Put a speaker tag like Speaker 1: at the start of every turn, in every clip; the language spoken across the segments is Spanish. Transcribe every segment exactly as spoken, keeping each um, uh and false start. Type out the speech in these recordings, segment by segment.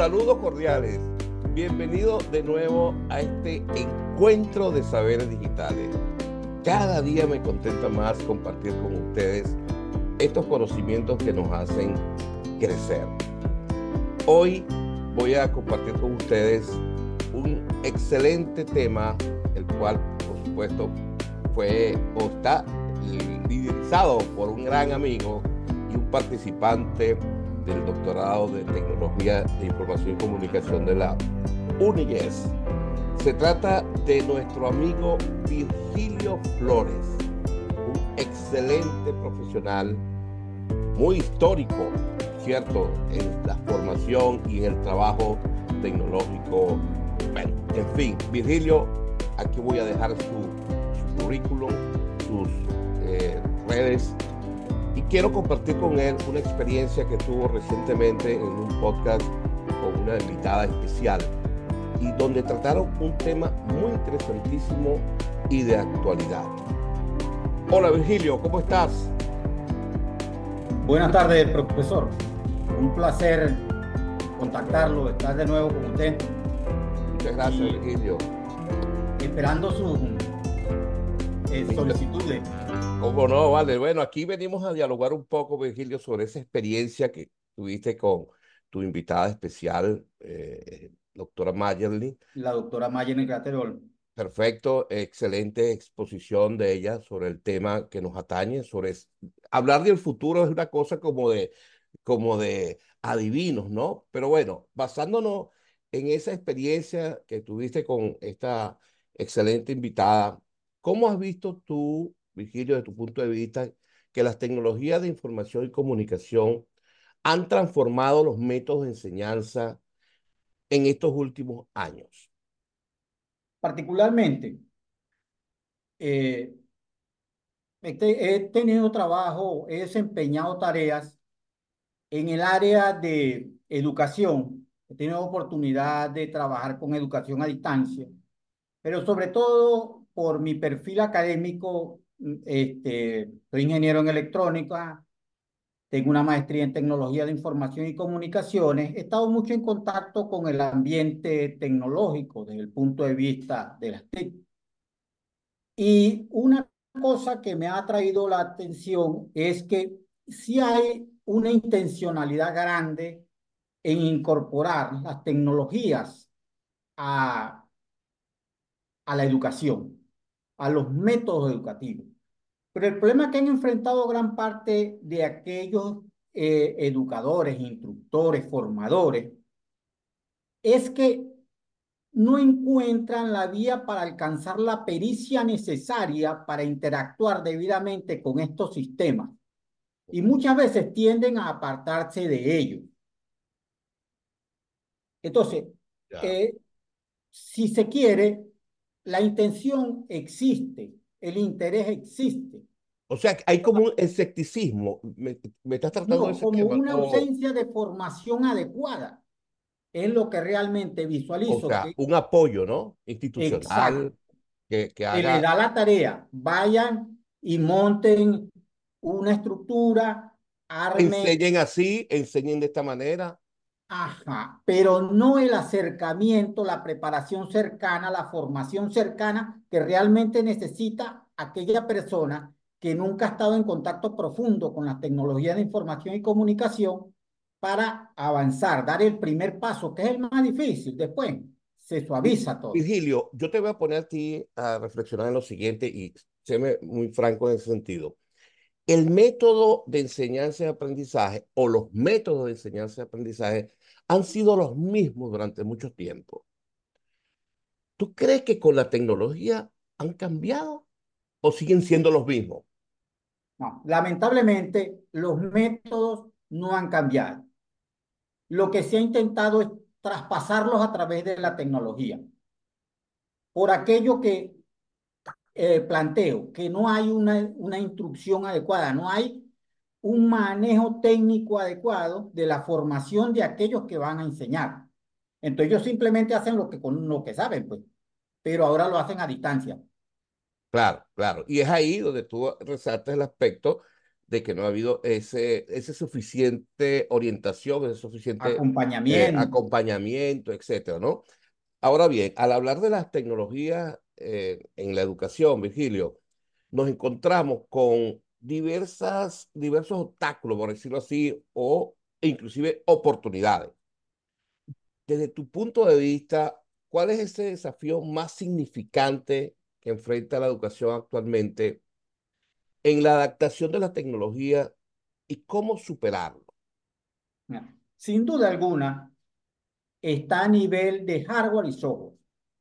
Speaker 1: Saludos cordiales. Bienvenido de nuevo a este encuentro de saberes digitales. Cada día me contenta más compartir con ustedes estos conocimientos que nos hacen crecer. Hoy voy a compartir con ustedes un excelente tema, el cual, por supuesto, fue o está liderizado por un gran amigo y un participante del doctorado de Tecnología de Información y Comunicación de la UNIES. Se trata de nuestro amigo Virgilio Flores, un excelente profesional, muy histórico, ¿cierto?, en la formación y en el trabajo tecnológico. Bueno, en fin, Virgilio, aquí voy a dejar su, su currículum, sus eh, redes, y quiero compartir con él una experiencia que tuvo recientemente en un podcast con una invitada especial y donde trataron un tema muy interesantísimo y de actualidad. Hola Virgilio, ¿cómo estás?
Speaker 2: Buenas tardes, profesor. Un placer contactarlo, estar de nuevo con usted.
Speaker 1: Muchas gracias, y Virgilio.
Speaker 2: Esperando sus eh, solicitudes.
Speaker 1: ¿Cómo no? Vale, bueno, aquí venimos a dialogar un poco, Virgilio, sobre esa experiencia que tuviste con tu invitada especial, eh, doctora Mayerly.
Speaker 2: La doctora Mayerly Graterol.
Speaker 1: Perfecto, excelente exposición de ella sobre el tema que nos atañe, sobre hablar del futuro es una cosa como de, como de adivinos, ¿no? Pero bueno, basándonos en esa experiencia que tuviste con esta excelente invitada, ¿cómo has visto tú, Virgilio, de tu punto de vista, que las tecnologías de información y comunicación han transformado los métodos de enseñanza en estos últimos años?
Speaker 2: Particularmente, eh, he tenido trabajo, he desempeñado tareas en el área de educación. He tenido oportunidad de trabajar con educación a distancia, pero sobre todo por mi perfil académico, este, soy ingeniero en electrónica, tengo una maestría en tecnología de información y comunicaciones. He estado mucho en contacto con el ambiente tecnológico desde el punto de vista de las TIC. Y una cosa que me ha traído la atención es que sí hay una intencionalidad grande en incorporar las tecnologías a, a la educación, a los métodos educativos. Pero el problema que han enfrentado gran parte de aquellos eh, educadores, instructores, formadores, es que no encuentran la vía para alcanzar la pericia necesaria para interactuar debidamente con estos sistemas y muchas veces tienden a apartarse de ellos. Entonces,
Speaker 1: Ya.
Speaker 2: eh, si se quiere, la intención existe, el interés existe.
Speaker 1: O sea, hay como un escepticismo. ¿Me, me estás tratando de
Speaker 2: No,
Speaker 1: ese
Speaker 2: como
Speaker 1: tema?
Speaker 2: una
Speaker 1: O,
Speaker 2: ausencia de formación adecuada. Es lo que realmente
Speaker 1: o
Speaker 2: visualizo
Speaker 1: sea,
Speaker 2: que
Speaker 1: un apoyo, ¿no? Institucional
Speaker 2: exacto.
Speaker 1: que, que
Speaker 2: Se le
Speaker 1: haga,
Speaker 2: da la tarea, vayan y monten una estructura, armen,
Speaker 1: enseñen así, enseñen de esta manera.
Speaker 2: ajá, pero no el acercamiento, la preparación cercana, la formación cercana que realmente necesita aquella persona que nunca ha estado en contacto profundo con las tecnologías de información y comunicación para avanzar, dar el primer paso, que es el más difícil. Después se
Speaker 1: Vi-
Speaker 2: suaviza todo.
Speaker 1: Virgilio, yo te voy a poner a ti a reflexionar en lo siguiente y séme muy franco en ese sentido. El método de enseñanza y aprendizaje o los métodos de enseñanza y aprendizaje han sido los mismos durante mucho tiempo. ¿Tú crees que con la tecnología han cambiado o siguen siendo los mismos?
Speaker 2: No, lamentablemente los métodos no han cambiado. Lo que se ha intentado es traspasarlos a través de la tecnología. Por aquello que eh, planteo, que no hay una, una instrucción adecuada, no hay un manejo técnico adecuado de la formación de aquellos que van a enseñar. Entonces ellos simplemente hacen lo que, con lo que saben, pues, pero ahora lo hacen a distancia.
Speaker 1: Claro, claro. Y es ahí donde tú resaltas el aspecto de que no ha habido ese, ese suficiente orientación, ese suficiente eh,
Speaker 2: Acompañamiento.
Speaker 1: acompañamiento, etcétera, ¿no? Ahora bien, al hablar de las tecnologías eh, en la educación, Virgilio, nos encontramos con diversas, diversos obstáculos, por decirlo así, o inclusive oportunidades. Desde tu punto de vista, ¿cuál es ese desafío más significante que enfrenta la educación actualmente en la adaptación de la tecnología y cómo superarlo?
Speaker 2: Sin duda alguna, está a nivel de hardware y software.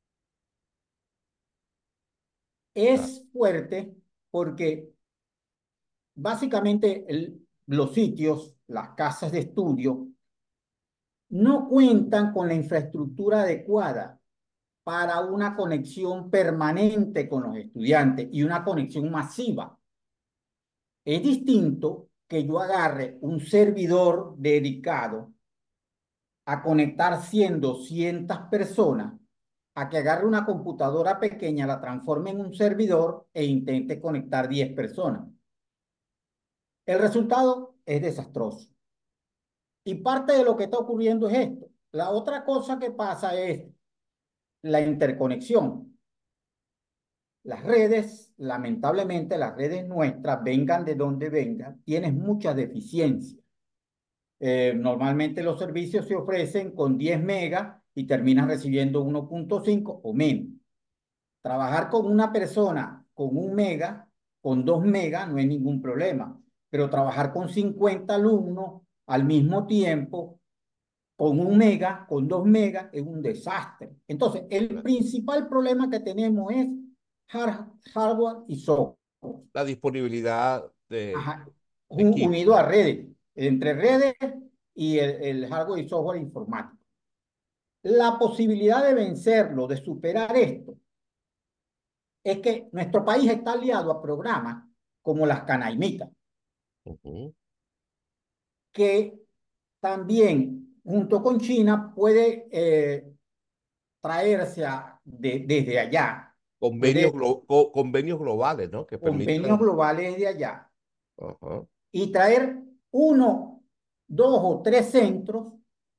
Speaker 1: Ah,
Speaker 2: Es fuerte porque básicamente el- los sitios, las casas de estudio, no cuentan con la infraestructura adecuada para una conexión permanente con los estudiantes y una conexión masiva. Es distinto que yo agarre un servidor dedicado a conectar cien, doscientas personas, a que agarre una computadora pequeña, la transforme en un servidor e intente conectar diez personas. El resultado es desastroso. Y parte de lo que está ocurriendo es esto. La otra cosa que pasa es la interconexión. Las redes, lamentablemente, las redes nuestras, vengan de donde vengan, tienen muchas deficiencias. Eh, normalmente los servicios se ofrecen con diez megas y terminas recibiendo uno punto cinco o menos. Trabajar con una persona con un mega, con dos megas, no es ningún problema. Pero trabajar con cincuenta alumnos al mismo tiempo, con un mega, con dos megas, es un desastre. Entonces, el principal problema que tenemos es hard, hardware y software.
Speaker 1: la disponibilidad de
Speaker 2: Ajá,
Speaker 1: equipo,
Speaker 2: unido a
Speaker 1: ¿no?
Speaker 2: redes, entre redes y el, el hardware y software informático. La posibilidad de vencerlo, de superar esto, es que nuestro país está aliado a programas como las Canaimitas,
Speaker 1: Ujú.
Speaker 2: que también, junto con China, puede eh, traerse a, de, desde allá,
Speaker 1: Convenios,
Speaker 2: puede
Speaker 1: glo- co- convenios globales, ¿no? Que
Speaker 2: convenios
Speaker 1: permitan.
Speaker 2: globales de allá
Speaker 1: Ajá,
Speaker 2: y traer uno, dos o tres centros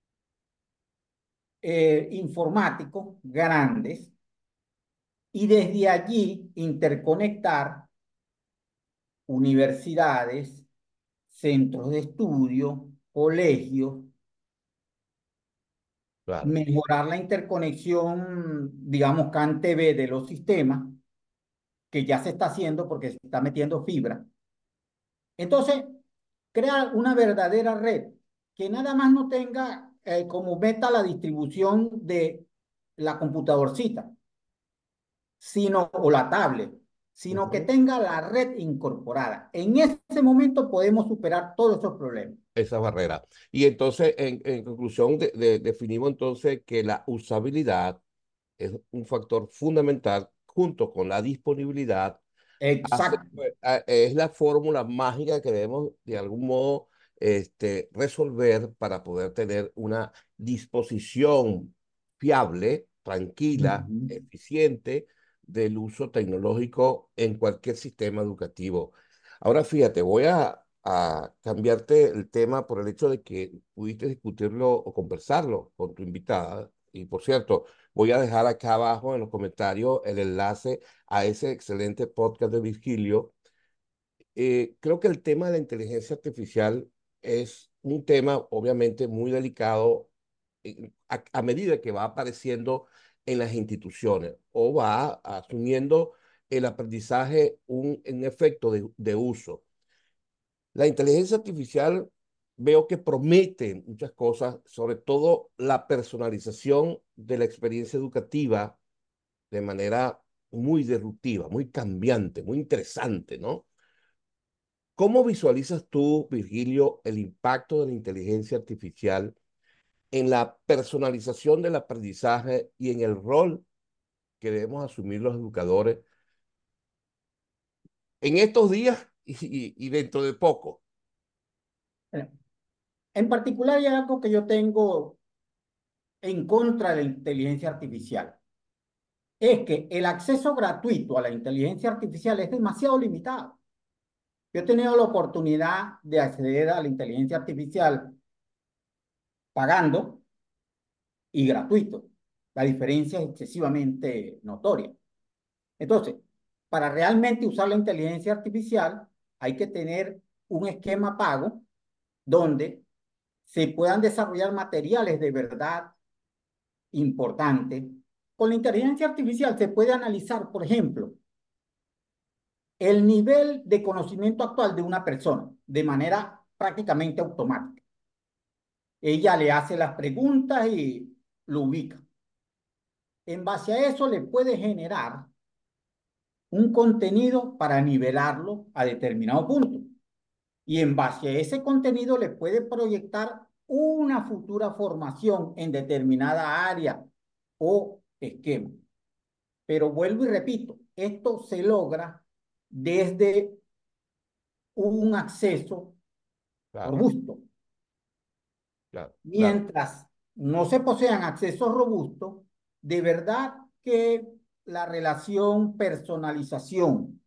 Speaker 2: eh, informáticos grandes y desde allí interconectar universidades, centros de estudio, colegios,
Speaker 1: claro.
Speaker 2: mejorar la interconexión, digamos, CAN T V de los sistemas, que ya se está haciendo porque se está metiendo fibra. Entonces, crear una verdadera red que nada más no tenga eh, como meta la distribución de la computadorcita, sino, o la tablet, sino que
Speaker 1: Ujú.
Speaker 2: tenga la red incorporada. En ese momento podemos superar todos esos problemas.
Speaker 1: Esa barrera. Y entonces, en, en conclusión, de- de- definimos entonces que la usabilidad es un factor fundamental junto con la disponibilidad hace,
Speaker 2: Exacto.
Speaker 1: pues, a- es la fórmula mágica que debemos de algún modo este, resolver para poder tener una disposición fiable, tranquila,
Speaker 2: Ujú.
Speaker 1: eficiente del uso tecnológico en cualquier sistema educativo. Ahora fíjate, voy a, a cambiarte el tema por el hecho de que pudiste discutirlo o conversarlo con tu invitada. Y por cierto, voy a dejar acá abajo en los comentarios el enlace a ese excelente podcast de Virgilio. Eh, creo que el tema de la inteligencia artificial es un tema obviamente muy delicado eh, a, a medida que va apareciendo en las instituciones o va asumiendo el aprendizaje un, un efecto de, de uso. La inteligencia artificial veo que promete muchas cosas, sobre todo la personalización de la experiencia educativa de manera muy disruptiva, muy cambiante, muy interesante, ¿no? ¿Cómo visualizas tú, Virgilio, el impacto de la inteligencia artificial en la personalización del aprendizaje y en el rol que debemos asumir los educadores en estos días y, y- y dentro de poco?
Speaker 2: En particular, hay algo que yo tengo en contra de la inteligencia artificial. Es que el acceso gratuito a la inteligencia artificial es demasiado limitado. Yo he tenido la oportunidad de acceder a la inteligencia artificial pagando y gratuito. La diferencia es excesivamente notoria. Entonces, para realmente usar la inteligencia artificial, hay que tener un esquema pago donde se puedan desarrollar materiales de verdad importantes. Con la inteligencia artificial se puede analizar, por ejemplo, el nivel de conocimiento actual de una persona de manera prácticamente automática. Ella le hace las preguntas y lo ubica. En base a eso le puede generar un contenido para nivelarlo a determinado punto. Y en base a ese contenido le puede proyectar una futura formación en determinada área o esquema. Pero vuelvo y repito, esto se logra desde un acceso
Speaker 1: Claro,
Speaker 2: robusto.
Speaker 1: claro, claro.
Speaker 2: Mientras no se posean accesos robustos, de verdad que la relación personalización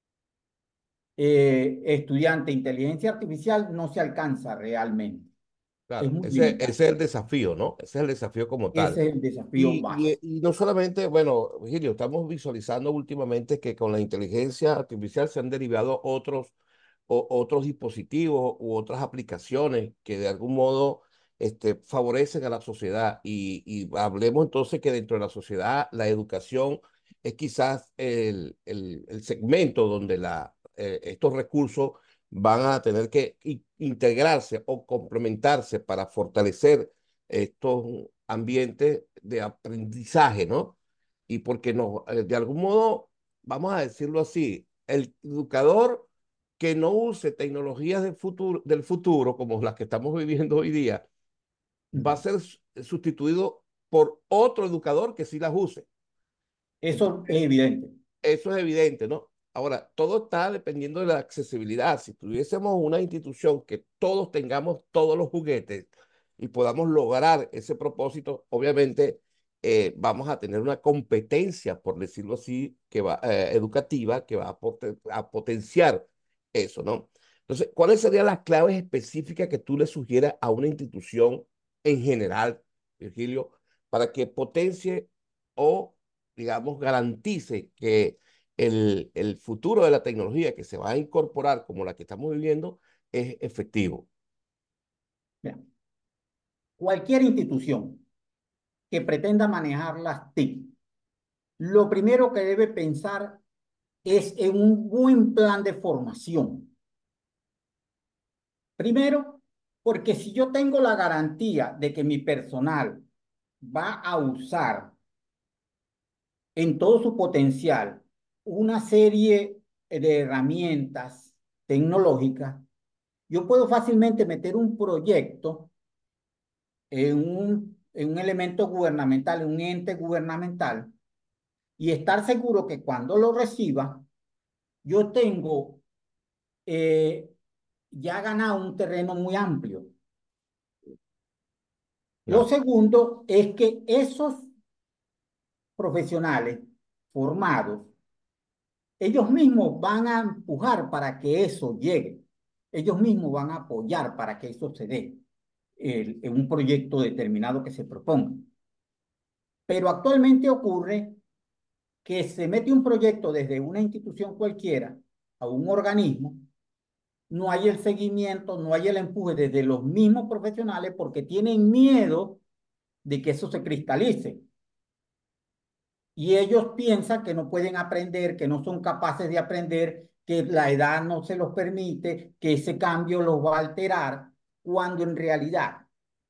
Speaker 2: eh, estudiante-inteligencia artificial no se alcanza realmente. Es
Speaker 1: Claro,
Speaker 2: muy
Speaker 1: ese, ese
Speaker 2: limitado.
Speaker 1: es el desafío, ¿no? Ese es el desafío como tal.
Speaker 2: Ese es el desafío
Speaker 1: Y,
Speaker 2: base.
Speaker 1: y, y no solamente, bueno, Virgilio, estamos visualizando últimamente que con la inteligencia artificial se han derivado otros, o- otros dispositivos u otras aplicaciones que de algún modo este, favorecen a la sociedad. Y, y hablemos entonces que dentro de la sociedad la educación es quizás el, el, el segmento donde la, eh, estos recursos van a tener que i- integrarse o complementarse para fortalecer estos ambientes de aprendizaje, ¿no? Y porque no, eh, de algún modo, vamos a decirlo así, el educador que no use tecnologías del futuro, del futuro, como las que estamos viviendo hoy día, va a ser sustituido por otro educador que sí las use.
Speaker 2: Eso es evidente.
Speaker 1: Eso es evidente, ¿no? Ahora, todo está dependiendo de la accesibilidad. Si tuviésemos una institución que todos tengamos todos los juguetes y podamos lograr ese propósito, obviamente eh, vamos a tener una competencia, por decirlo así, que va, eh, educativa, que va a, poten- a potenciar eso, ¿no? Entonces, ¿cuáles serían las claves específicas que tú le sugieras a una institución en general, Virgilio, para que potencie o digamos, garantice que el, el futuro de la tecnología que se va a incorporar como la que estamos viviendo es efectivo?
Speaker 2: Mira, cualquier institución que pretenda manejar las T I C, lo primero que debe pensar es en un buen plan de formación. Primero, porque si yo tengo la garantía de que mi personal va a usar en todo su potencial una serie de herramientas tecnológicas, yo puedo fácilmente meter un proyecto en un, en un elemento gubernamental, en un ente gubernamental, y estar seguro que cuando lo reciba, yo tengo eh, ya ganado un terreno muy amplio. Lo
Speaker 1: Claro,
Speaker 2: segundo es que esos profesionales formados, ellos mismos van a empujar para que eso llegue. Ellos mismos van a apoyar para que eso se dé el- en un proyecto determinado que se proponga. Pero actualmente ocurre que se mete un proyecto desde una institución cualquiera a un organismo, no hay el seguimiento, no hay el empuje desde los mismos profesionales porque tienen miedo de que eso se cristalice. Y ellos piensan que no pueden aprender, que no son capaces de aprender, que la edad no se los permite, que ese cambio los va a alterar, cuando en realidad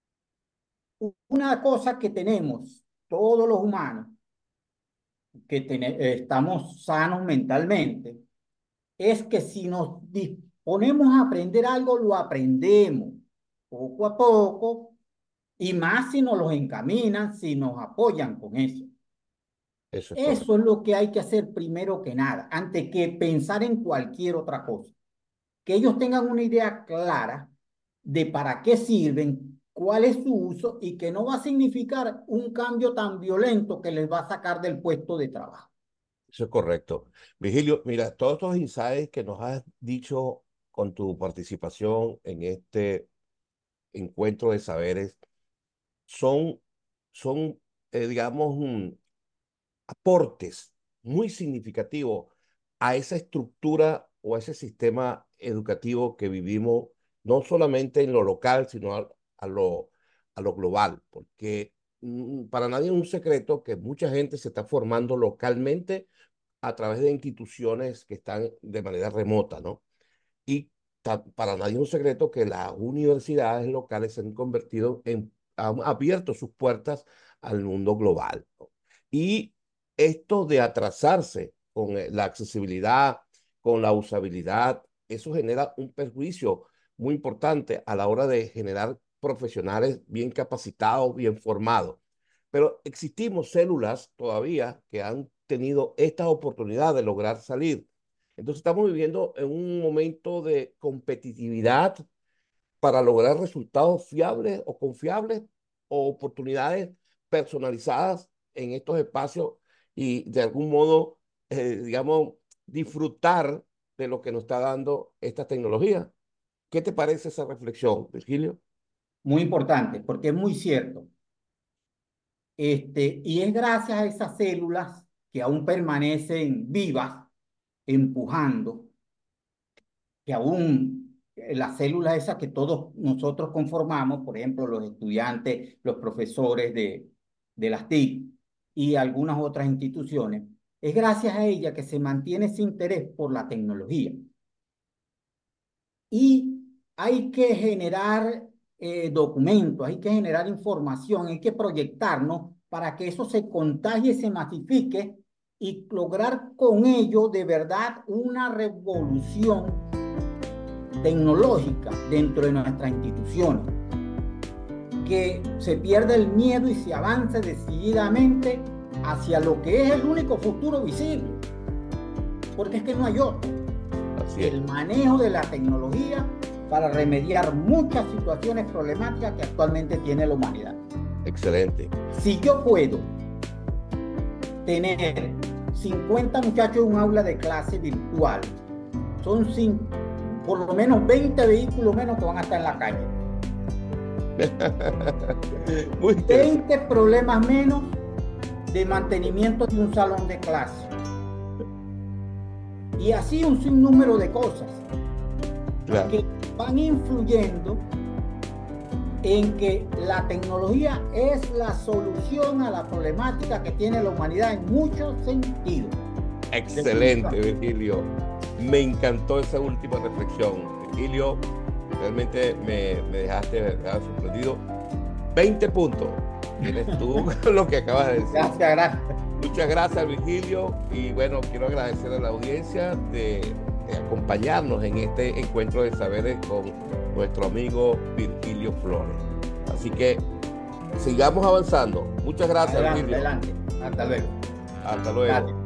Speaker 2: una cosa que tenemos todos los humanos, que ten- estamos sanos mentalmente, es que si nos disponemos a aprender algo, lo aprendemos poco a poco, y más si nos los encaminan, si nos apoyan con eso.
Speaker 1: eso es
Speaker 2: Eso
Speaker 1: correcto.
Speaker 2: es lo que hay que hacer primero que nada, antes que pensar en cualquier otra cosa. Que ellos tengan una idea clara de para qué sirven, cuál es su uso y que no va a significar un cambio tan violento que les va a sacar del puesto de trabajo.
Speaker 1: Eso es correcto. Virgilio, mira, todos estos insights que nos has dicho con tu participación en este encuentro de saberes son, son eh, digamos, mm, aportes muy significativos a esa estructura o a ese sistema educativo que vivimos, no solamente en lo local, sino a, a lo, a lo global, porque mm, para nadie es un secreto que mucha gente se está formando localmente a través de instituciones que están de manera remota, ¿no? Y ta- para nadie es un secreto que las universidades locales se han convertido en, han abierto sus puertas al mundo global, ¿no? Y esto de atrasarse con eh, la accesibilidad, con la usabilidad, eso genera un perjuicio muy importante a la hora de generar profesionales bien capacitados, bien formados. Pero existimos células todavía que han tenido esta oportunidad de lograr salir. Entonces estamos viviendo en un momento de competitividad para lograr resultados fiables o confiables o oportunidades personalizadas en estos espacios y de algún modo, eh, digamos, disfrutar de lo que nos está dando esta tecnología. ¿Qué te parece esa reflexión, Virgilio?
Speaker 2: Muy importante, porque es muy cierto. Este, y es gracias a esas células que aún permanecen vivas, empujando, que aún eh, las células esas que todos nosotros conformamos, por ejemplo, los estudiantes, los profesores de, de las T I C y algunas otras instituciones, es gracias a ella que se mantiene ese interés por la tecnología. Y hay que generar eh, documentos, hay que generar información, hay que proyectarnos para que eso se contagie, se masifique y lograr con ello de verdad una revolución tecnológica dentro de nuestras instituciones, que se pierda el miedo y se avance decididamente hacia lo que es el único futuro visible, porque es que no hay otro.
Speaker 1: Así es.
Speaker 2: El manejo de la tecnología para remediar muchas situaciones problemáticas que actualmente tiene la humanidad.
Speaker 1: Excelente.
Speaker 2: Si yo puedo tener cincuenta muchachos en un aula de clase virtual, son cinco, por lo menos veinte vehículos menos que van a estar en la calle.
Speaker 1: Muy
Speaker 2: veinte problemas menos de mantenimiento de un salón de clase. Y así un sinnúmero de cosas, claro, que van influyendo en que la tecnología es la solución a la problemática que tiene la humanidad en muchos sentidos.
Speaker 1: Excelente, Virgilio. Me encantó esa última reflexión. Virgilio, realmente me, me dejaste ¿verdad? sorprendido. veinte puntos tienes tú con lo que acabas de decir.
Speaker 2: Gracias, gracias.
Speaker 1: Muchas gracias, Virgilio. Y bueno, quiero agradecer a la audiencia de, de acompañarnos en este encuentro de saberes con nuestro amigo Virgilio Flores. Así que sigamos avanzando. Muchas gracias,
Speaker 2: Adelante,
Speaker 1: Virgilio.
Speaker 2: adelante. Hasta luego.
Speaker 1: Hasta luego. Gracias.